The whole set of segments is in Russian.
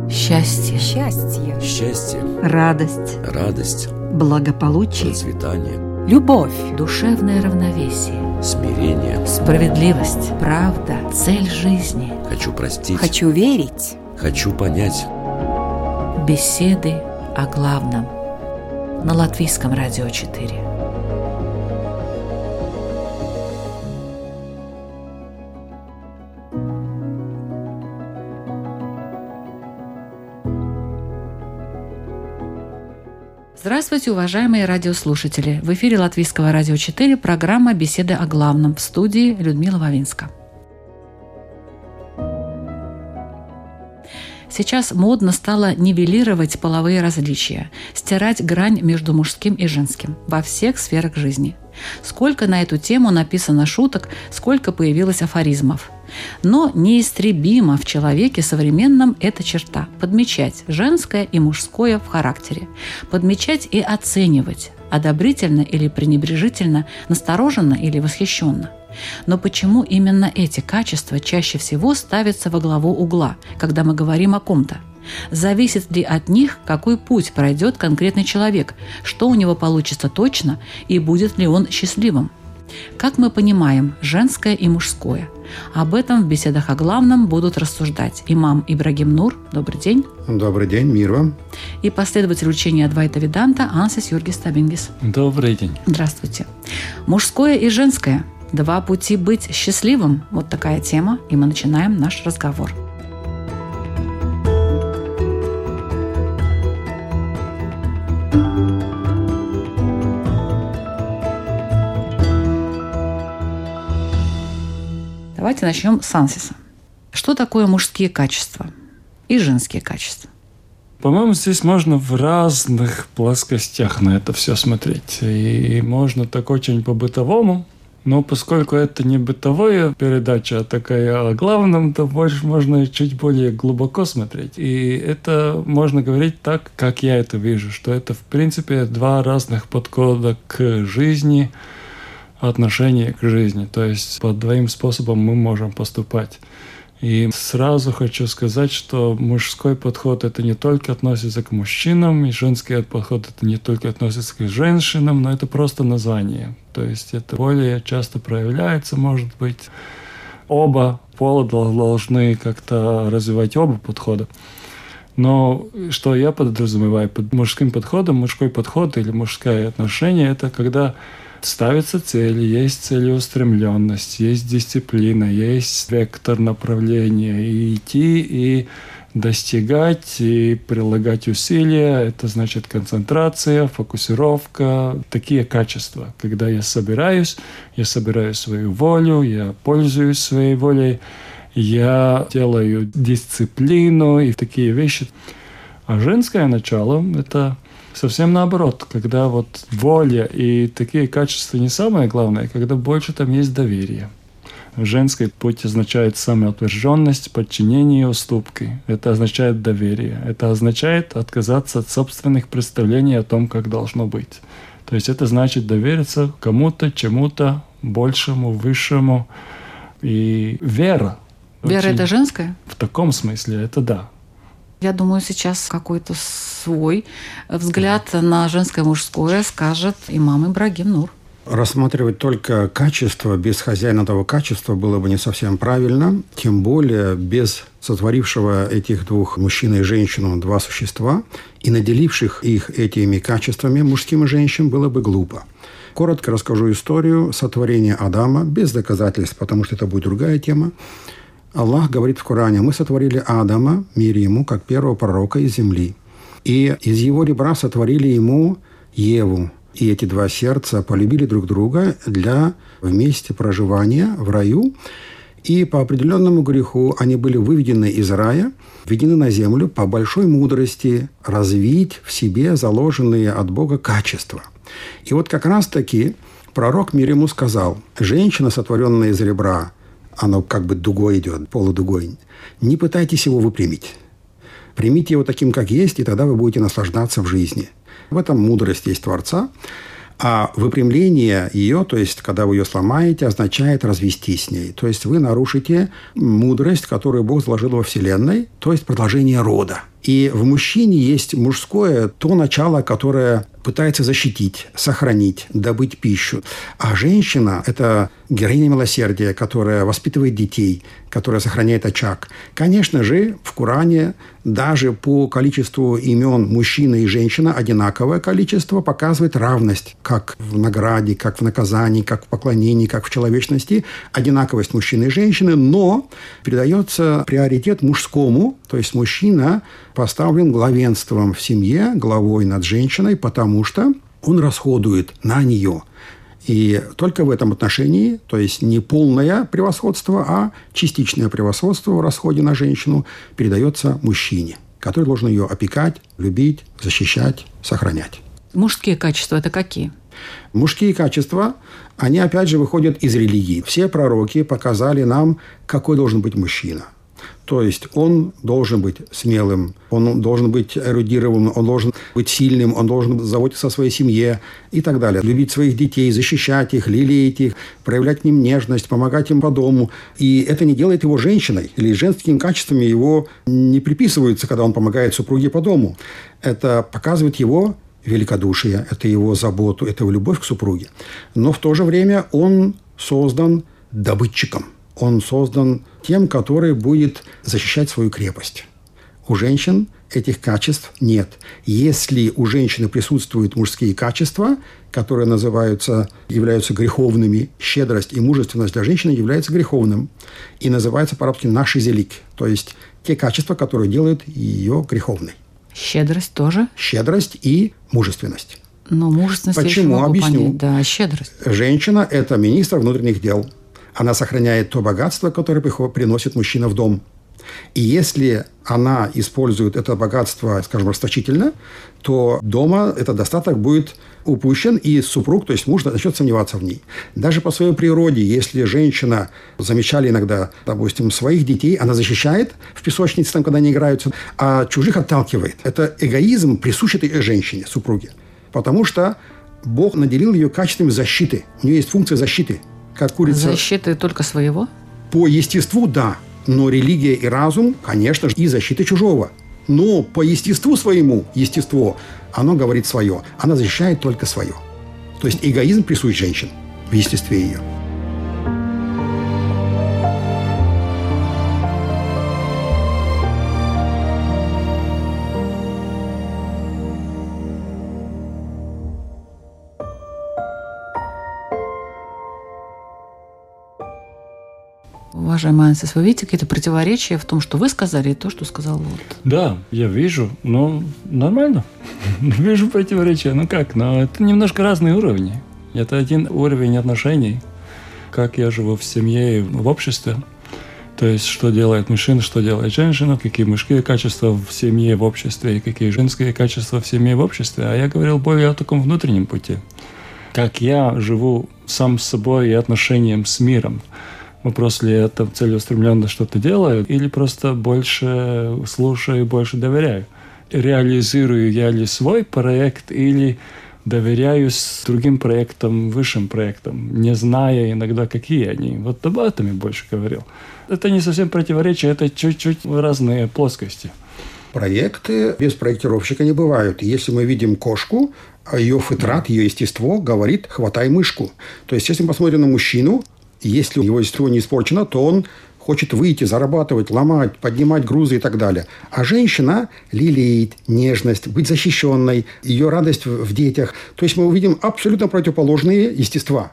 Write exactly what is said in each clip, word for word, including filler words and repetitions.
Счастье. Счастье. Счастье. Радость. Радость. Благополучие. Процветание. Любовь. Душевное равновесие. Смирение. Справедливость. Правда. Цель жизни. Хочу простить. Хочу верить. Хочу понять. Беседы о главном. На Латвийском радио четыре. Здравствуйте, уважаемые радиослушатели! В эфире Латвийского радио четыре программа «Беседы о главном», в студии Людмила Вавинска. Сейчас модно стало нивелировать половые различия, стирать грань между мужским и женским во всех сферах жизни. Сколько на эту тему написано шуток, сколько появилось афоризмов. Но неистребима в человеке современном эта черта – подмечать женское и мужское в характере, подмечать и оценивать, одобрительно или пренебрежительно, настороженно или восхищенно. Но почему именно эти качества чаще всего ставятся во главу угла, когда мы говорим о ком-то? Зависит ли от них, какой путь пройдет конкретный человек, что у него получится точно и будет ли он счастливым? Как мы понимаем женское и мужское? Об этом в беседах о главном будут рассуждать имам Ибрагим Нур. Добрый день. Добрый день, мир вам. И последователь учения Адвайта Веданта Ансис Юргис Табингис. Добрый день. Здравствуйте. Мужское и женское. Два пути быть счастливым. Вот такая тема, и мы начинаем наш разговор. Давайте начнем с Ансиса. Что такое мужские качества и женские качества? По-моему, здесь можно в разных плоскостях на это все смотреть. И можно так очень по-бытовому, но поскольку это не бытовая передача, а такая о главном, то больше можно чуть более глубоко смотреть. И это можно говорить так, как я это вижу, что это, в принципе, два разных подхода к жизни, отношение к жизни. То есть по двоим способам мы можем поступать. И сразу хочу сказать, что мужской подход это не только относится к мужчинам, и женский подход это не только относится к женщинам, но это просто название. То есть это более часто проявляется, может быть. Оба пола должны как-то развивать оба подхода. Но что я подразумеваю под мужским подходом, мужской подход или мужское отношение, это когда ставятся цели, есть целеустремленность, есть дисциплина, есть вектор направления. И идти, и достигать, и прилагать усилия. Это значит концентрация, фокусировка, такие качества. Когда я собираюсь, я собираю свою волю, я пользуюсь своей волей, я делаю дисциплину и такие вещи. А женское начало – это совсем наоборот, когда вот воля и такие качества не самое главное, когда больше там есть доверие. Женский путь означает самоутвержденность, подчинение и уступки. Это означает доверие. Это означает отказаться от собственных представлений о том, как должно быть. То есть это значит довериться кому-то, чему-то большему, высшему. И вера. Вера – это женская? В таком смысле это да. Я думаю, сейчас какой-то свой взгляд на женское и мужское скажет имам Ибрагим Нур. Рассматривать только качество без хозяина этого качества было бы не совсем правильно, тем более без сотворившего этих двух мужчин и женщину два существа и наделивших их этими качествами мужским и женщинам было бы глупо. Коротко расскажу историю сотворения Адама без доказательств, потому что это будет другая тема. Аллах говорит в Коране: «Мы сотворили Адама, мир ему, как первого пророка из земли. И из его ребра сотворили ему Еву. И эти два сердца полюбили друг друга для вместе проживания в раю. И по определенному греху они были выведены из рая, введены на землю по большой мудрости развить в себе заложенные от Бога качества. И вот как раз-таки пророк мир ему сказал: женщина, сотворенная из ребра, оно как бы дугой идет, полудугой, не пытайтесь его выпрямить. Примите его таким, как есть, и тогда вы будете наслаждаться в жизни. В этом мудрость есть Творца. А выпрямление ее, то есть, когда вы ее сломаете, означает развестись с ней. То есть, вы нарушите мудрость, которую Бог заложил во Вселенной, то есть, продолжение рода. И в мужчине есть мужское, то начало, которое пытается защитить, сохранить, добыть пищу. А женщина – это героиня милосердия, которая воспитывает детей, которая сохраняет очаг. Конечно же, в Коране даже по количеству имен мужчина и женщина одинаковое количество показывает равность, как в награде, как в наказании, как в поклонении, как в человечности, одинаковость мужчины и женщины, но передается приоритет мужскому, то есть мужчина поставлен главенством в семье, главой над женщиной, потому что он расходует на нее. И только в этом отношении, то есть не полное превосходство, а частичное превосходство в расходе на женщину передается мужчине, который должен ее опекать, любить, защищать, сохранять. Мужские качества – это какие? Мужские качества, они опять же выходят из религии. Все пророки показали нам, какой должен быть мужчина. То есть он должен быть смелым, он должен быть эрудированным, он должен быть сильным, он должен заботиться о своей семье и так далее. Любить своих детей, защищать их, лелеять их, проявлять к ним нежность, помогать им по дому. И это не делает его женщиной. Или женскими качествами его не приписываются, когда он помогает супруге по дому. Это показывает его великодушие, это его заботу, это его любовь к супруге. Но в то же время он создан добытчиком. Он создан тем, который будет защищать свою крепость. У женщин этих качеств нет. Если у женщины присутствуют мужские качества, которые называются, являются греховными, щедрость и мужественность для женщины является греховным. И называется по-арабски нашизелик, то есть те качества, которые делают ее греховной. Щедрость тоже? Щедрость и мужественность. Но мужественность Почему? я еще могу Объясню. понять. Да, щедрость. Женщина – это министр внутренних дел. Она сохраняет то богатство, которое приносит мужчина в дом. И если она использует это богатство, скажем, расточительно, то дома этот достаток будет упущен, и супруг, то есть муж, начнет сомневаться в ней. Даже по своей природе, если женщина, замечали иногда, допустим, своих детей, она защищает в песочнице, там, когда они играются, а чужих отталкивает. Это эгоизм, присущий этой женщине, супруге. Потому что Бог наделил ее качествами защиты. У нее есть функция защиты. Как курица. Защиты только своего? По естеству, да. Но религия и разум, конечно же, и защита чужого. Но по естеству своему, естество, оно говорит свое. Она защищает только свое. То есть эгоизм присущ женщине в естестве ее. Уважаемый Ансис, вы видите какие-то противоречия в том, что вы сказали, и то, что сказал Лот? Да, я вижу, но нормально. Вижу противоречия. Ну как, но это немножко разные уровни. Это один уровень отношений, как я живу в семье и в обществе. То есть, что делает мужчина, что делает женщина, какие мужские качества в семье, в обществе, и какие женские качества в семье, в обществе. А я говорил более о таком внутреннем пути. Как я живу сам с собой и отношением с миром. Вопрос, ли это целеустремленно что-то делаю, или просто больше слушаю, больше доверяю. Реализирую я ли свой проект, или доверяюсь другим проектам, высшим проектам, не зная иногда, какие они. Вот об этом я больше говорил. Это не совсем противоречие, это чуть-чуть разные плоскости. Проекты без проектировщика не бывают. Если мы видим кошку, ее фитрат, ее естество говорит «хватай мышку». То есть, если мы посмотрим на мужчину, если его естество не испорчено, то он хочет выйти, зарабатывать, ломать, поднимать грузы и так далее. А женщина лелеет нежность, быть защищенной, ее радость в детях. То есть мы увидим абсолютно противоположные естества.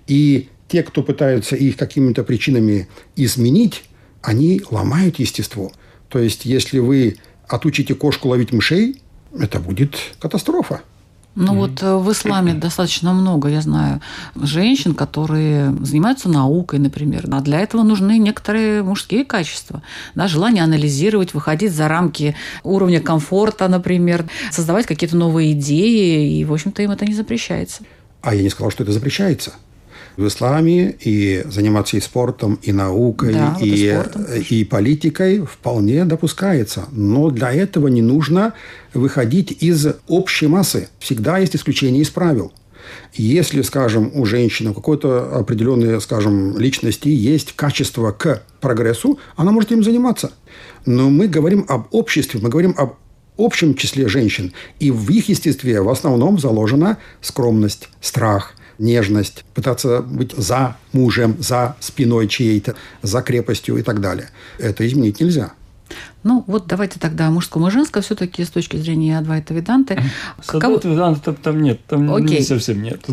И те, кто пытаются их какими-то причинами изменить, они ломают естество. То есть если вы отучите кошку ловить мышей, это будет катастрофа. Ну, mm-hmm. вот в исламе достаточно много, я знаю, женщин, которые занимаются наукой, например. А для этого нужны некоторые мужские качества. Да, желание анализировать, выходить за рамки уровня комфорта, например, создавать какие-то новые идеи. И, в общем-то, им это не запрещается. А я не сказал, что это запрещается. В исламе и заниматься и спортом, и наукой, да, вот и, и, спортом, и политикой вполне допускается. Но для этого не нужно выходить из общей массы. Всегда есть исключения из правил. Если, скажем, у женщины какой-то определенной, скажем, личности есть качество к прогрессу, она может им заниматься. Но мы говорим об обществе, мы говорим об общем числе женщин. И в их естестве в основном заложена скромность, страх, нежность, пытаться быть за мужем, за спиной чьей-то, за крепостью и так далее. Это изменить нельзя. Ну, вот давайте тогда о мужском и женском все-таки с точки зрения Адвайта Веданты. С Адвайта Веданты там, там нет, там Окей. совсем нет.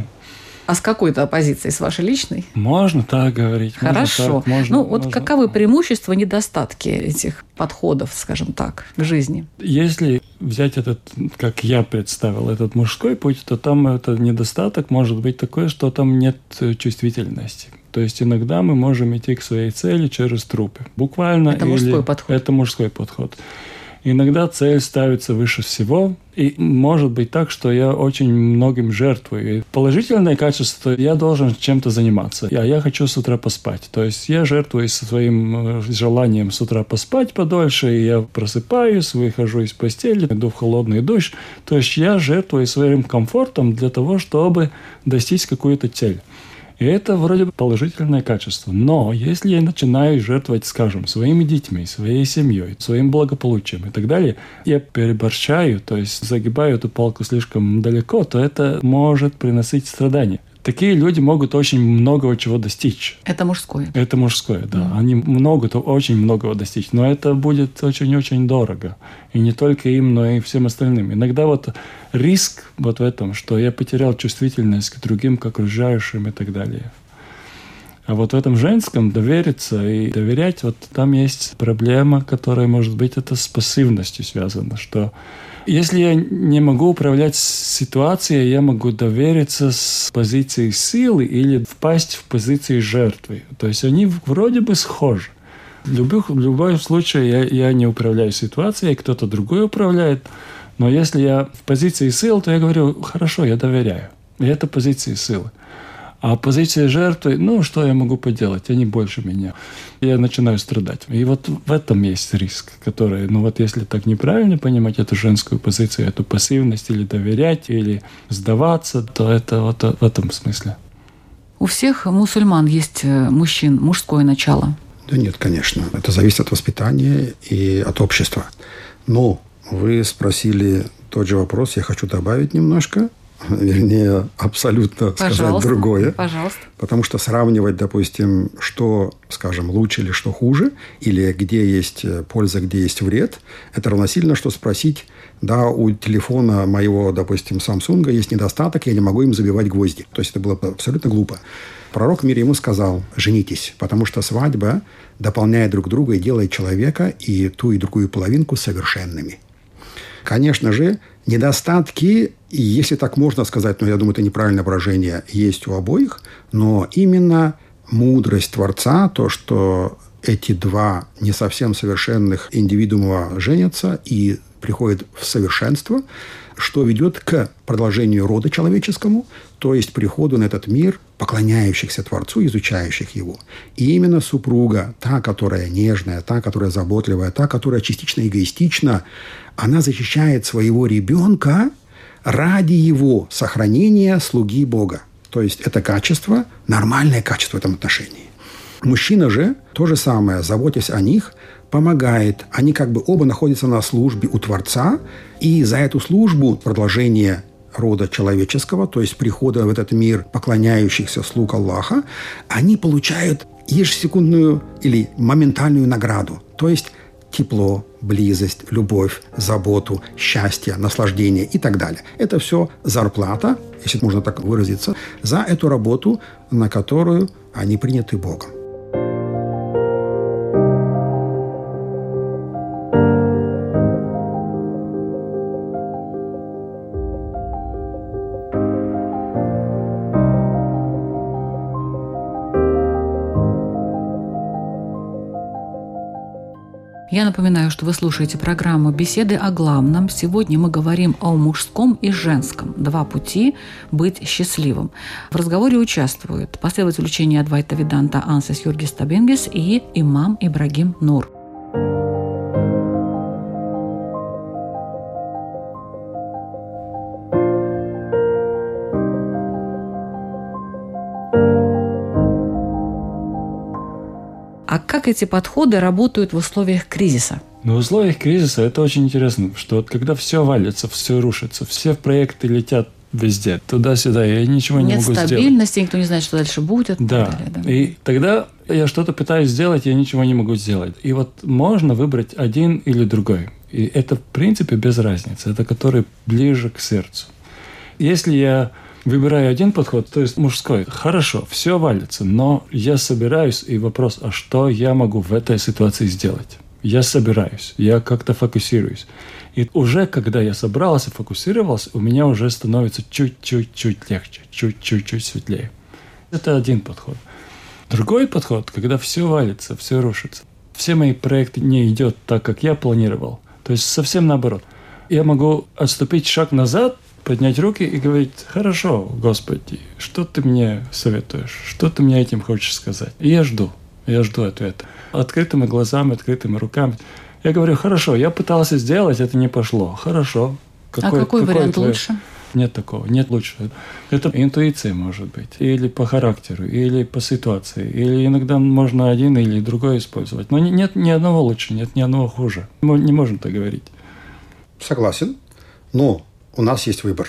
А с какой-то оппозицией, с вашей личной? Можно так говорить. Хорошо. Можно так, можно, ну, вот можно. каковы преимущества, недостатки этих подходов, скажем так, к жизни? Если взять этот, как я представил, этот мужской путь, то там этот недостаток может быть такой, что там нет чувствительности. То есть иногда мы можем идти к своей цели через трупы. Буквально. Это или... мужской подход. Это мужской подход. Иногда цель ставится выше всего, и может быть так, что я очень многим жертвую. И положительное качество – я должен чем-то заниматься, а я хочу с утра поспать. То есть я жертвую своим желанием с утра поспать подольше, и я просыпаюсь, выхожу из постели, иду в холодный душ. То есть я жертвую своим комфортом для того, чтобы достичь какую-то цель. И это вроде бы положительное качество. Но если я начинаю жертвовать, скажем, своими детьми, своей семьей, своим благополучием и так далее, я переборщаю, то есть загибаю эту палку слишком далеко, то это может приносить страдания. Такие люди могут очень многого чего достичь. Это мужское. Это мужское, да. Mm. Они могут очень многого достичь, но это будет очень-очень дорого. И не только им, но и всем остальным. Иногда вот риск вот в этом, что я потерял чувствительность к другим, к окружающим и так далее. А вот в этом женском довериться и доверять, вот там есть проблема, которая, может быть, это с пассивностью связана, что если я не могу управлять ситуацией, я могу довериться с позиции силы или впасть в позиции жертвы. То есть они вроде бы схожи. В, любых, в любом случае я, я не управляю ситуацией, кто-то другой управляет. Но если я в позиции силы, то я говорю, хорошо, я доверяю. И это позиция силы. А позиция жертвы, ну, что я могу поделать? Они больше меня. Я начинаю страдать. И вот в этом есть риск, который, ну вот если так неправильно понимать эту женскую позицию, эту пассивность, или доверять, или сдаваться, то это вот в этом смысле. У всех мусульман есть мужчин мужское начало? Да нет, конечно. Это зависит от воспитания и от общества. Но вы спросили тот же вопрос, я хочу добавить немножко. Вернее, абсолютно Пожалуйста, сказать другое. Пожалуйста. Потому что сравнивать, допустим, что, скажем, лучше или что хуже, или где есть польза, где есть вред, это равносильно, что спросить, да, у телефона моего, допустим, Samsung есть недостаток, я не могу им забивать гвозди. То есть это было абсолютно глупо. Пророк мир ему сказал, женитесь, потому что свадьба дополняет друг друга и делает человека и ту, и другую половинку совершенными. Конечно же, недостатки, если так можно сказать, но я думаю, это неправильное выражение, есть у обоих, но именно мудрость Творца, то, что эти два не совсем совершенных индивидуума женятся и приходят в совершенство, что ведет к продолжению рода человеческому, то есть приходу на этот мир поклоняющихся Творцу, изучающих его. И именно супруга, та, которая нежная, та, которая заботливая, та, которая частично эгоистична, она защищает своего ребенка ради его сохранения слуги Бога. То есть это качество, нормальное качество в этом отношении. Мужчина же то же самое, заботясь о них, помогает. Они как бы оба находятся на службе у Творца, и за эту службу продолжение рода человеческого, то есть прихода в этот мир поклоняющихся слуг Аллаха, они получают ежесекундную или моментальную награду. То есть тепло, близость, любовь, заботу, счастье, наслаждение и так далее. Это все зарплата, если можно так выразиться, за эту работу, на которую они приняты Богом. Я напоминаю, что вы слушаете программу «Беседы о главном». Сегодня мы говорим о мужском и женском. Два пути быть счастливым. В разговоре участвуют последователь учения Адвайта Веданта Ансис Юргис Табингис и имам Ибрагим Нур. как эти подходы работают в условиях кризиса? Но в условиях кризиса это очень интересно, что вот когда все валится, все рушится, все проекты летят везде, туда-сюда, я ничего Нет не могу сделать. Нет стабильности, никто не знает, что дальше будет. Да. Далее, да, и тогда я что-то пытаюсь сделать, я ничего не могу сделать. И вот можно выбрать один или другой. И это, в принципе, без разницы. Это который ближе к сердцу. Если я выбираю один подход, то есть мужской, хорошо, все валится, но я собираюсь, и вопрос, а что я могу в этой ситуации сделать? Я собираюсь, я как-то фокусируюсь. И уже когда я собрался, фокусировался, у меня уже становится чуть-чуть-чуть легче, чуть-чуть-чуть светлее. Это один подход. Другой подход, когда все валится, все рушится. Все мои проекты не идут так, как я планировал. То есть совсем наоборот. Я могу отступить шаг назад, поднять руки и говорить: хорошо, Господи, что ты мне советуешь? Что ты мне этим хочешь сказать? И я жду. Я жду ответа. Открытыми глазами, открытыми руками. Я говорю: хорошо, я пытался сделать, это не пошло. Хорошо. Какой, а какой, какой вариант твой... лучше? Нет такого, нет лучше. Это интуиция может быть. Или по характеру, или по ситуации. Или иногда можно один или другой использовать. Но нет ни одного лучше, нет ни одного хуже. Мы не можем так говорить. Согласен. Но у нас есть выбор.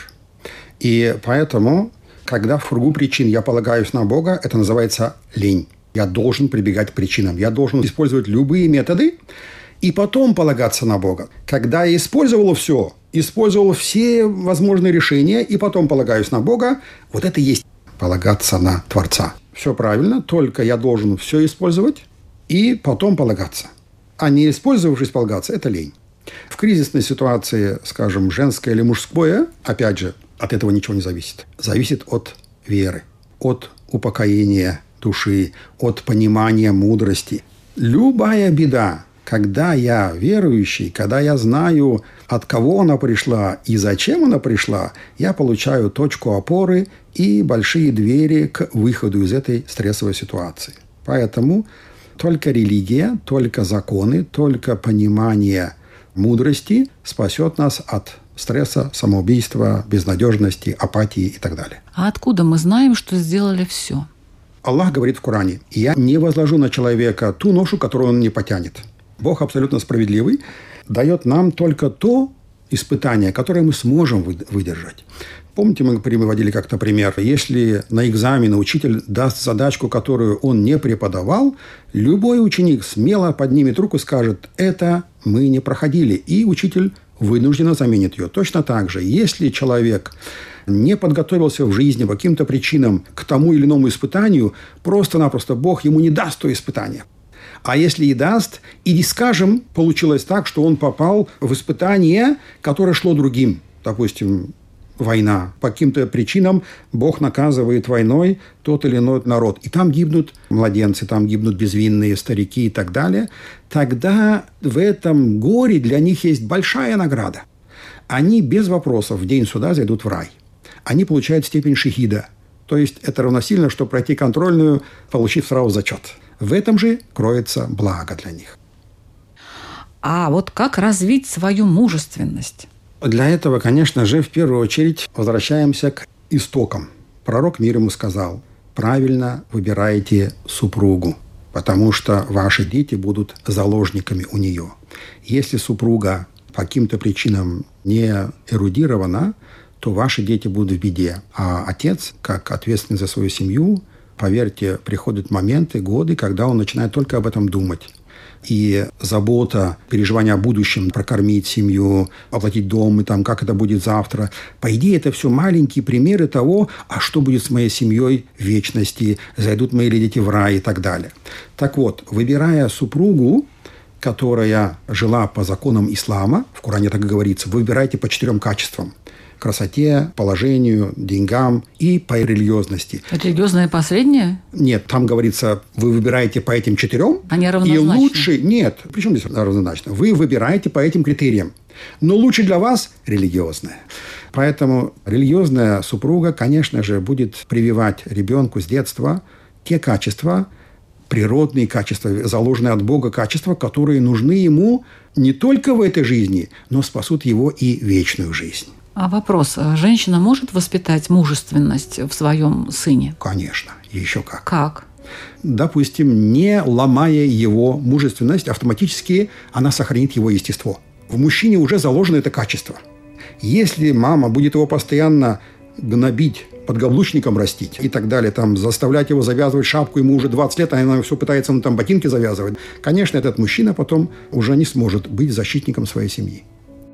И поэтому, когда в кругу причин я полагаюсь на Бога, это называется лень. Я должен прибегать к причинам. Я должен использовать любые методы и потом полагаться на Бога. Когда я использовал все, использовал все возможные решения и потом полагаюсь на Бога, вот это и есть полагаться на Творца. Все правильно, только я должен все использовать и потом полагаться. А не использовавшись полагаться – это лень. В кризисной ситуации, скажем, женское или мужское, опять же, от этого ничего не зависит. Зависит от веры, от упокоения души, от понимания мудрости. Любая беда, когда я верующий, когда я знаю, от кого она пришла и зачем она пришла, я получаю точку опоры и большие двери к выходу из этой стрессовой ситуации. Поэтому только религия, только законы, только понимание мудрости спасет нас от стресса, самоубийства, безнадежности, апатии и так далее. А откуда мы знаем, что сделали все? Аллах говорит в Коране: «Я не возложу на человека ту ношу, которую он не потянет». Бог абсолютно справедливый, дает нам только то испытание, которое мы сможем выдержать. Помните, мы приводили как-то пример. Если на экзамене учитель даст задачку, которую он не преподавал, любой ученик смело поднимет руку и скажет: это мы не проходили. И учитель вынужденно заменит ее. Точно так же, если человек не подготовился в жизни по каким-то причинам к тому или иному испытанию, просто-напросто Бог ему не даст то испытание. А если и даст, и, скажем, получилось так, что он попал в испытание, которое шло другим, допустим, война. По каким-то причинам Бог наказывает войной тот или иной народ. И там гибнут младенцы, там гибнут безвинные старики и так далее. Тогда в этом горе для них есть большая награда. Они без вопросов в день суда зайдут в рай. Они получают степень шахида. То есть это равносильно, что пройти контрольную, получив сразу зачет. В этом же кроется благо для них. А вот как развить свою мужественность? Для этого, конечно же, в первую очередь возвращаемся к истокам. Пророк мир ему сказал: правильно выбирайте супругу, потому что ваши дети будут заложниками у нее. Если супруга по каким-то причинам не эрудирована, то ваши дети будут в беде. А отец, как ответственный за свою семью, поверьте, приходят моменты, годы, когда он начинает только об этом думать. И забота, переживание о будущем, прокормить семью, оплатить дом, и там, как это будет завтра. По идее, это все маленькие примеры того, а что будет с моей семьей в вечности, зайдут мои ли дети в рай и так далее. Так вот, выбирая супругу, которая жила по законам ислама, в Коране так и говорится, вы выбираете по четырем качествам. Красоте, положению, деньгам и по религиозности. Религиозное последнее? Нет, там говорится, вы выбираете по этим четырем. Они равнозначны. И лучше... Нет, причем здесь равнозначно? Вы выбираете по этим критериям. Но лучше для вас религиозное. Поэтому религиозная супруга, конечно же, будет прививать ребенку с детства те качества, природные качества, заложенные от Бога качества, которые нужны ему не только в этой жизни, но спасут его и вечную жизнь. А вопрос, женщина может воспитать мужественность в своем сыне? Конечно, еще как. Как? допустим, не ломая его мужественность, автоматически она сохранит его естество. В мужчине уже заложено это качество. Если мама будет его постоянно гнобить, подгаблучником растить и так далее, там, заставлять его завязывать шапку, ему уже двадцать лет, а она все пытается ну, там, ботинки завязывать, конечно, этот мужчина потом уже не сможет быть защитником своей семьи.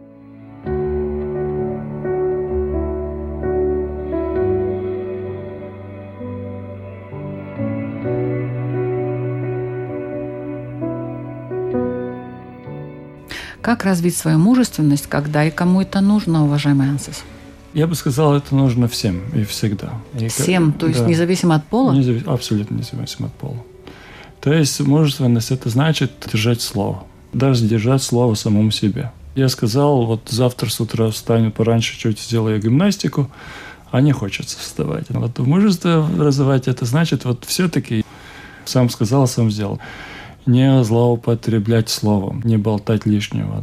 Как развить свою мужественность, когда и кому это нужно, уважаемый Ансис? Я бы сказал, это нужно всем и всегда. И всем? как, то есть да, независимо от пола? Незави... Абсолютно независимо от пола. То есть мужественность – это значит держать слово. Даже держать слово самому себе. Я сказал, вот завтра с утра встану пораньше, чуть сделаю гимнастику, а не хочется вставать. Вот мужество развивать – это значит вот все-таки сам сказал, сам сделал. Не злоупотреблять словом, не болтать лишнего.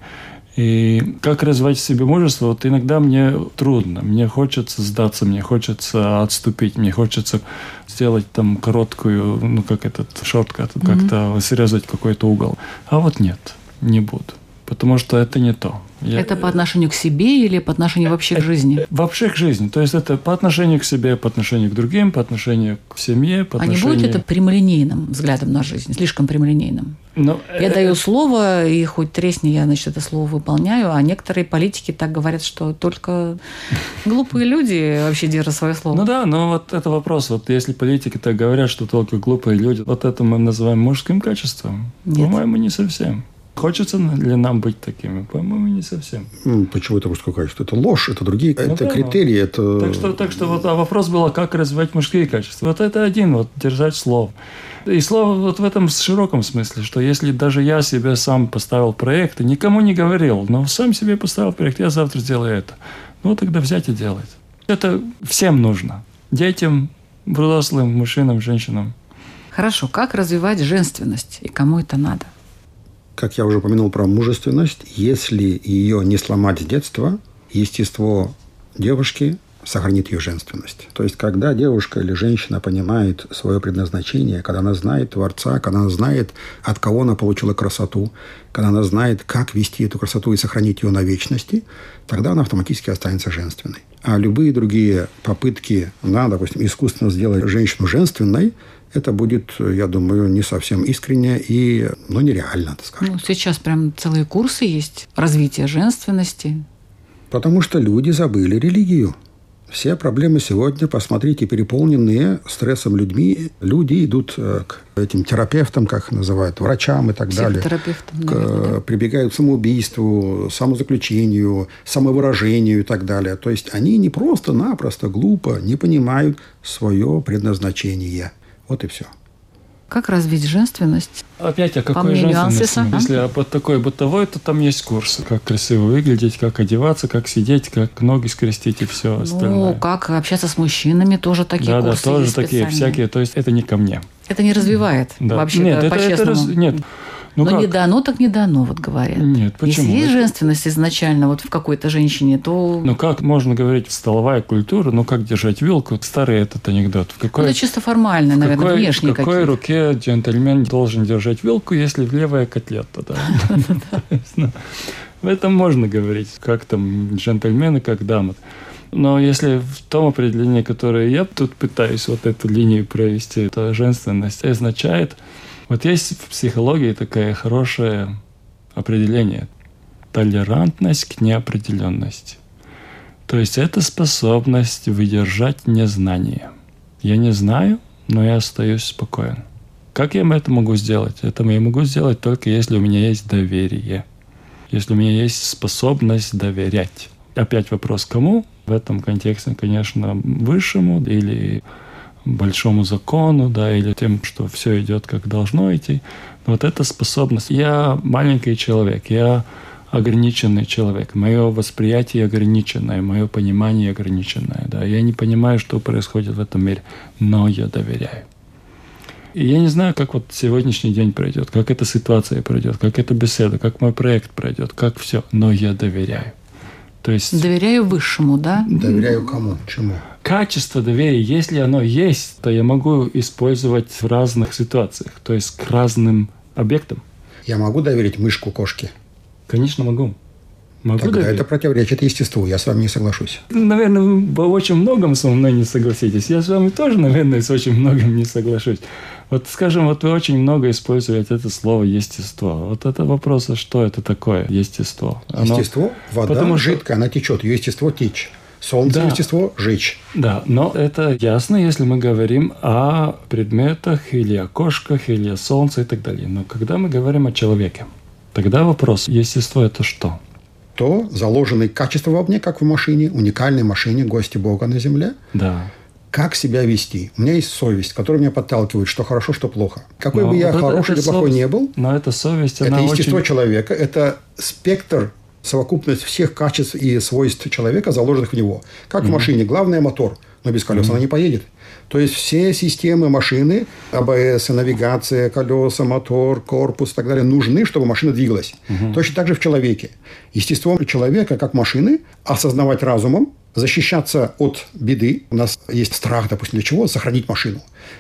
И как развивать в себе мужество? Вот иногда мне трудно, мне хочется сдаться, мне хочется отступить, мне хочется сделать там короткую, ну как этот шорткат, mm-hmm. как-то срезать какой-то угол. А вот нет, не буду, потому что это не то. Я... Это по отношению к себе или по отношению вообще к жизни? Вообще к жизни. То есть это по отношению к себе, по отношению к другим, по отношению к семье, по отношению... А не будет это прямолинейным взглядом на жизнь, слишком прямолинейным? Но... Я даю слово, и хоть тресни, я, значит, это слово выполняю, а некоторые политики так говорят, что только глупые люди вообще держат свое слово. Ну да, но вот это вопрос. Вот если политики так говорят, что только глупые люди, вот это мы называем мужским качеством? Нет. По-моему, не совсем. Хочется ли нам быть такими? По-моему, не совсем. Почему это мужское качество? Это ложь, это другие, ну, это да, критерии. Это... Так что, так что вот, а вопрос был, как развивать мужские качества. Вот это один, вот держать слово. И слово вот в этом широком смысле, что если даже я себе сам поставил проект, и никому не говорил, но сам себе поставил проект, я завтра сделаю это. Ну, тогда взять и делать. Это всем нужно. Детям, взрослым, мужчинам, женщинам. Хорошо. Как развивать женственность? И кому это надо? Как я уже упомянул про мужественность, если ее не сломать с детства, естество девушки сохранит ее женственность. То есть, когда девушка или женщина понимает свое предназначение, когда она знает Творца, когда она знает, от кого она получила красоту, когда она знает, как вести эту красоту и сохранить ее на вечности, тогда она автоматически останется женственной. А любые другие попытки, да, допустим, искусственно сделать женщину женственной, это будет, я думаю, не совсем искренне и, ну, нереально, так скажем. Ну, сейчас прям целые курсы есть развития женственности. Потому что люди забыли религию. Все проблемы сегодня, посмотрите, переполненные стрессом людьми. Люди идут к этим терапевтам, как их называют, врачам и так далее. Психотерапевтам, наверное, да? Прибегают к самоубийству, самозаключению, самовыражению и так далее. То есть они не просто-напросто глупо не понимают свое предназначение. Вот и все. Как развить женственность? Опять, а какой женственность? Если под такой бытовой, то там есть курсы. Как красиво выглядеть, как одеваться, как сидеть, как ноги скрестить и все остальное. Ну, как общаться с мужчинами, тоже такие да, курсы да, тоже есть такие всякие. То есть это не ко мне. Это не развивает да. вообще нет, по-честному? Это, это, нет. Ну, но как? Не дано, так не дано, вот говорят. Нет, почему? Если есть женственность изначально вот в какой-то женщине, то... Ну, как можно говорить столовая культура, ну, как держать вилку? Старый этот анекдот. В какой, ну, это чисто формально, наверное, какой, внешне. В какой руке джентльмен должен держать вилку, если в левая котлета? В этом можно говорить, как там джентльмены, как дамы. Но если в том определении, которое я тут пытаюсь вот эту линию провести, то женственность означает... Вот есть в психологии такое хорошее определение – толерантность к неопределенности. То есть это способность выдержать незнание. Я не знаю, но я остаюсь спокоен. Как я это могу сделать? Это я могу сделать только если у меня есть доверие, если у меня есть способность доверять. Опять вопрос кому? В этом контексте, конечно, высшему или большому закону, да, или тем, что все идет как должно идти. Но вот эта способность. Я маленький человек, я ограниченный человек. Мое восприятие ограниченное, мое понимание ограниченное. Да. Я не понимаю, что происходит в этом мире, но я доверяю. И я не знаю, как вот сегодняшний день пройдет, как эта ситуация пройдет, как эта беседа, как мой проект пройдет, как все, но я доверяю. То есть... Доверяю высшему, да? Доверяю кому? Чему? Качество доверия, если оно есть, то я могу использовать в разных ситуациях, то есть к разным объектам. Я могу доверить мышку кошке? Конечно, могу. Могу Тогда доверить. это противоречит естеству, я с вами не соглашусь. Наверное, вы по очень многом со мной не согласитесь. Я с вами тоже, наверное, с очень многим не соглашусь. Вот, скажем, вот вы очень много используете это слово «естество». Вот это вопрос, а что это такое естество? Оно... Естество, вода Потому что- жидкая, она течет, ее естество течь. Солнце Да. естество жечь. Да, но это ясно, если мы говорим о предметах или о кошках, или о солнце и так далее. Но когда мы говорим о человеке, тогда вопрос, естество – это что? То заложенные качества во мне, как в машине, уникальной машине, гости Бога на земле. Да. Как себя вести? У меня есть совесть, которая меня подталкивает, что хорошо, что плохо. Какой Но бы я вот это- хороший это или плохой совесть- не был, Но эта совесть, это она естество очень... человека, это спектр, совокупность всех качеств и свойств человека, заложенных в него. Как в машине. Главное – мотор, но без колес она не поедет. То есть все системы машины, АБС, навигация, колеса, мотор, корпус и так далее, нужны, чтобы машина двигалась. Точно так же в человеке. Естество человека, как машины, осознавать разумом, защищаться от беды. У нас есть страх, допустим, для чего? Сохранить машину.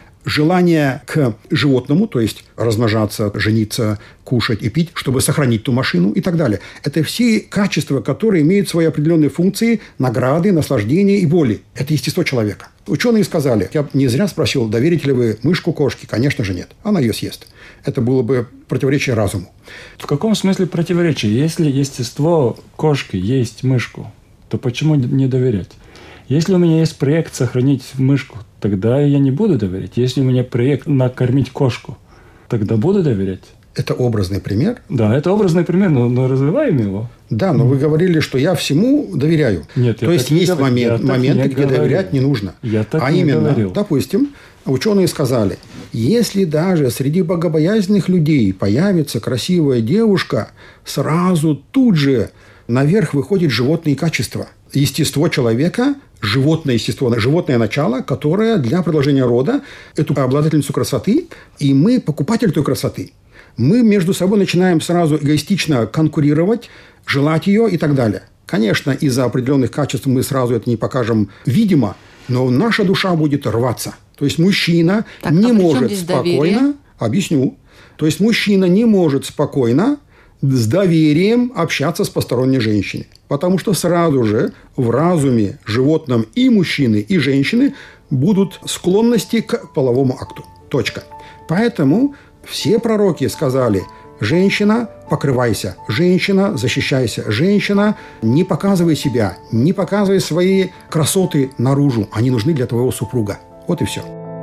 Желание к животному, то есть размножаться, жениться, кушать и пить, чтобы сохранить ту машину и так далее. Это все качества, которые имеют свои определенные функции, награды, наслаждения и боли. Это естество человека. Ученые сказали, я не зря спросил, доверите ли вы мышку кошке? Конечно же нет. Она ее съест. Это было бы противоречие разуму. В каком смысле противоречие? Если естество кошки есть мышку, то почему не доверять? Если у меня есть проект сохранить мышку, тогда я не буду доверять. Если у меня проект накормить кошку, тогда буду доверять. Это образный пример. Да, это образный пример, но, но развиваем его. Да, но вы говорили, что я всему доверяю. Нет, я То есть так не есть говорю. момент, Я так моменты, не где говорю. доверять не нужно. Я так а не именно, говорил. допустим, ученые сказали, если даже среди богобоязненных людей появится красивая девушка, сразу тут же наверх выходит животные качества. Естество человека, животное естество, животное начало, которое для продолжения рода эту обладательницу красоты, и мы покупатель той красоты. Мы между собой начинаем сразу эгоистично конкурировать, желать ее и так далее. Конечно, из-за определенных качеств мы сразу это не покажем видимо, но наша душа будет рваться. То есть мужчина Так, не а при чем может здесь спокойно... доверие? Объясню. То есть мужчина не может спокойно с доверием общаться с посторонней женщиной. Потому что сразу же в разуме животном и мужчины, и женщины будут склонности к половому акту. Точка. Поэтому все пророки сказали: женщина, покрывайся, женщина, защищайся, женщина, не показывай себя, не показывай свои красоты наружу. Они нужны для твоего супруга. Вот и все.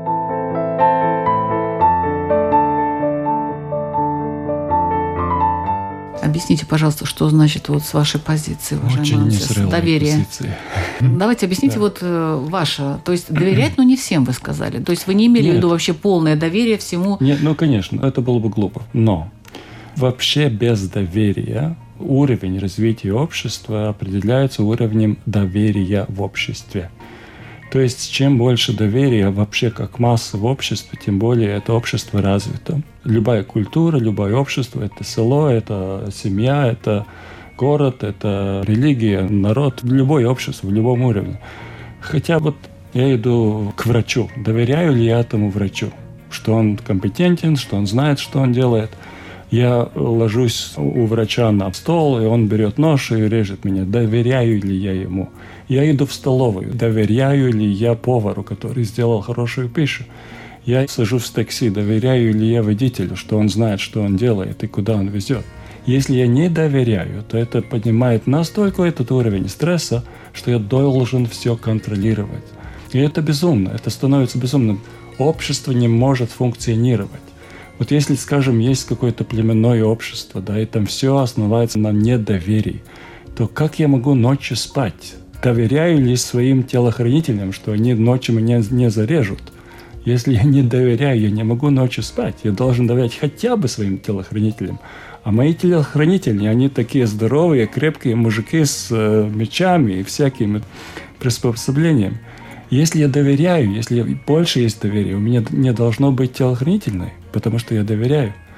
Объясните, пожалуйста, что значит вот с вашей позиции, уважаемый Очень Анасис, незрелые доверие. позиции. Давайте объясните вот э, ваше. То есть доверять, но не всем, вы сказали. То есть вы не имели в Нет. виду вообще полное доверие всему. Нет, ну, конечно, это было бы глупо. Но вообще без доверия уровень развития общества определяется уровнем доверия в обществе. То есть, чем больше доверия вообще как масса в обществе, тем более это общество развито. Любая культура, любое общество – это село, это семья, это город, это религия, народ. Любое общество в любом уровне. Хотя вот я иду к врачу. Доверяю ли я этому врачу? Что он компетентен, что он знает, что он делает. Я ложусь у врача на стол, и он берет нож и режет меня. Доверяю ли я ему? Я иду в столовую. Доверяю ли я повару, который сделал хорошую пищу? Я сажусь в такси. Доверяю ли я водителю, что он знает, что он делает и куда он везет? Если я не доверяю, то это поднимает настолько этот уровень стресса, что я должен все контролировать. И это безумно. Это становится безумным. Общество не может функционировать. Вот если, скажем, есть какое-то племенное общество, да, и там все основывается на недоверии, то как я могу ночью спать? Доверяю ли своим телохранителям, что они ночью меня не зарежут? Если я не доверяю, я не могу ночью спать. Я должен доверять хотя бы своим телохранителям. А мои телохранители, они такие здоровые, крепкие мужики с э, мечами и всякими приспособлениями. Если я доверяю, если больше есть доверие, у меня не должно быть телохранительной, потому что я доверяю.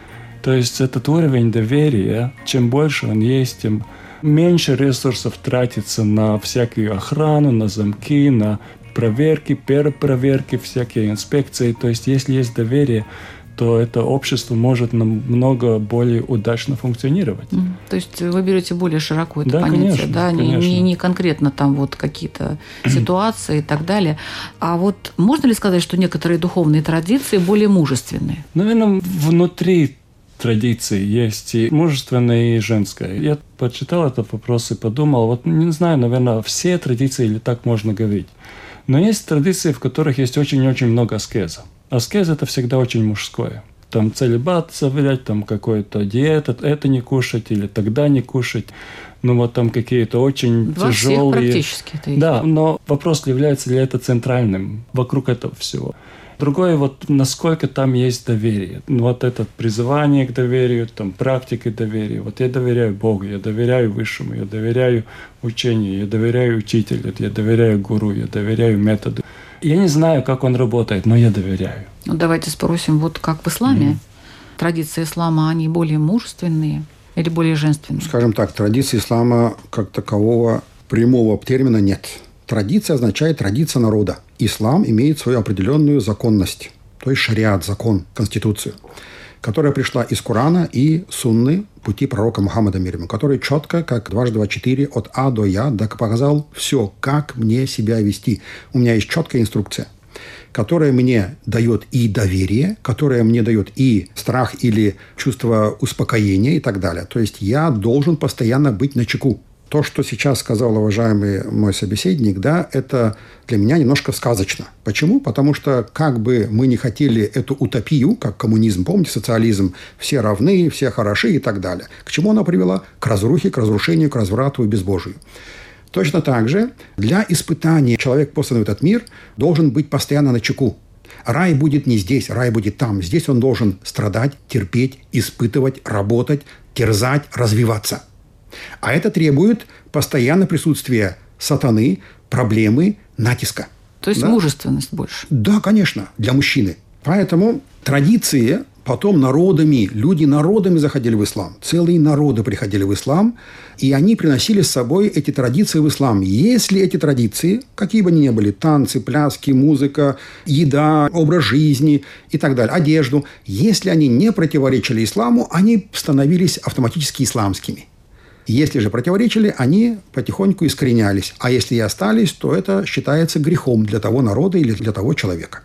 То есть этот уровень доверия, чем больше он есть, тем меньше ресурсов тратится на всякую охрану, на замки, на проверки, перепроверки, всякие инспекции. То есть если есть доверие, то это общество может намного более удачно функционировать. Mm. То есть вы берете более широко это да, понятие, конечно, да, конечно. Не, не конкретно там вот какие-то ситуации и так далее. А вот можно ли сказать, что некоторые духовные традиции более мужественные? Наверное, внутри традиции есть и мужественное, и женское. Я почитал этот вопрос и подумал, вот не знаю, наверное, все традиции или так можно говорить. Но есть традиции, в которых есть очень-очень много аскеза. Аскез – это всегда очень мужское. Там целибат соблюдать, там какой-то диета, это не кушать или тогда не кушать. Ну вот там какие-то очень Во тяжелые… Во всех практически это есть. Да, но вопрос, является ли это центральным вокруг этого всего. Другое, вот насколько там есть доверие. Вот это призывание к доверию, там практика доверия. Вот я доверяю Богу, я доверяю Высшему, я доверяю учению, я доверяю учителю, я доверяю гуру, я доверяю методу. Я не знаю, как он работает, но я доверяю. Ну, давайте спросим, вот как в исламе? Mm. Традиции ислама, они более мужественные или более женственные? Скажем так, традиции ислама как такового прямого термина нет. Традиция означает традиция народа. Ислам имеет свою определенную законность, то есть шариат, закон, конституцию, которая пришла из Корана и Сунны, пути пророка Мухаммада мир ему, который четко, как дважды два четыре, от А до Я, показал все, как мне себя вести. У меня есть четкая инструкция, которая мне дает и доверие, которая мне дает и страх или чувство успокоения и так далее. То есть я должен постоянно быть начеку. То, что сейчас сказал уважаемый мой собеседник, да, это для меня немножко сказочно. Почему? Потому что как бы мы не хотели эту утопию, как коммунизм, помните, социализм, все равны, все хороши и так далее. К чему она привела? К разрухе, к разрушению, к разврату и безбожию. Точно так же для испытания человек, посланный в этот мир, должен быть постоянно начеку. Рай будет не здесь, рай будет там. Здесь он должен страдать, терпеть, испытывать, работать, терзать, развиваться. А это требует постоянного присутствия сатаны, проблемы, натиска. То есть да? Мужественность больше. Да, конечно, для мужчины. Поэтому традиции потом народами, люди народами заходили в ислам. Целые народы приходили в ислам, и они приносили с собой эти традиции в ислам. Если эти традиции, какие бы они ни были, танцы, пляски, музыка, еда, образ жизни и так далее, одежду, если они не противоречили исламу, они становились автоматически исламскими. Если же противоречили, они потихоньку искоренялись. А если и остались, то это считается грехом для того народа или для того человека.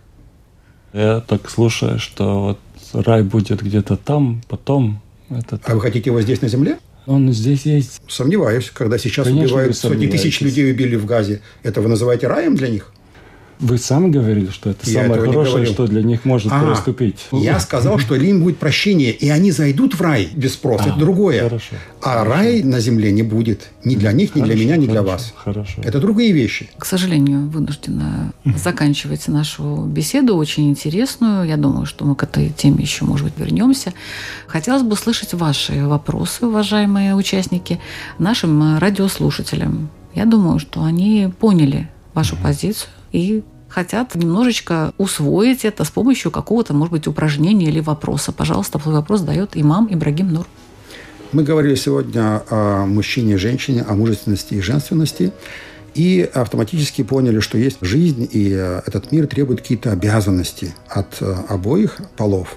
Я так слушаю, что вот рай будет где-то там, потом… Это... А вы хотите его здесь на земле? Он здесь есть. Сомневаюсь. Когда сейчас Конечно, убивают сотни тысяч людей, убили в Газе, это вы называете раем для них? Вы сами говорили, что это Я самое хорошее, что для них может а, приступить. Я сказал, что им будет прощение, и они зайдут в рай без спроса. А, это другое. Хорошо, а хорошо. Рай на земле не будет. Ни для них, ни хорошо, для меня, ни хорошо, для вас. Хорошо. Это другие вещи. К сожалению, вынуждена заканчивать нашу беседу, очень интересную. Я думаю, что мы к этой теме еще, может быть, вернемся. Хотелось бы услышать ваши вопросы, уважаемые участники, нашим радиослушателям. Я думаю, что они поняли вашу позицию и хотят немножечко усвоить это с помощью какого-то, может быть, упражнения или вопроса. Пожалуйста, свой вопрос дает имам Ибрагим Нур. Мы говорили сегодня о мужчине и женщине, о мужественности и женственности. И автоматически поняли, что есть жизнь, и этот мир требует какие-то обязанности от обоих полов.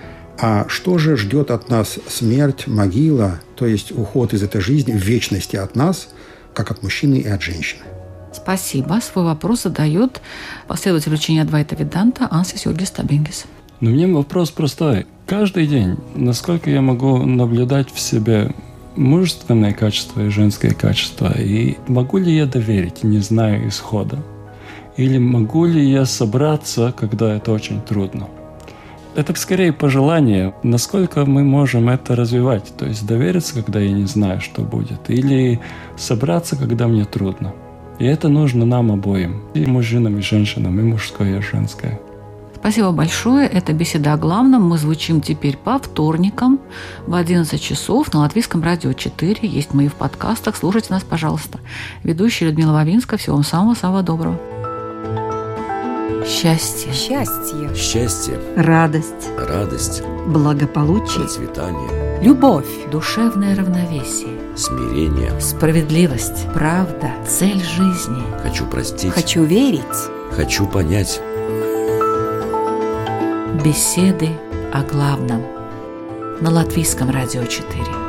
А что же ждет от нас смерть, могила, то есть уход из этой жизни в вечности от нас, как от мужчины и от женщины? Спасибо. Свой вопрос задает последователь учения Адвайта Веданта Ансис Юргис Табингис. Но мне вопрос простой. Каждый день, насколько я могу наблюдать в себе мужественные качества и женские качества, и могу ли я доверить, не зная исхода? Или могу ли я собраться, когда это очень трудно? Это скорее пожелание, насколько мы можем это развивать. То есть довериться, когда я не знаю, что будет, или собраться, когда мне трудно. И это нужно нам обоим, и мужчинам, и женщинам, и мужское, и женское. Спасибо большое. Это беседа о главном. Мы звучим теперь по вторникам в одиннадцать часов на Латвийском радио четыре. Есть мы и в подкастах. Слушайте нас, пожалуйста. Ведущая Людмила Вавинска. Всего вам самого-самого доброго. Счастье. Счастье. Счастье, Радость. радость, Благополучие. процветание, Любовь. Душевное равновесие. смирение. Справедливость. Правда. Цель жизни. Хочу простить. Хочу верить. Хочу понять. Беседы о главном. На Латвийском радио четыре.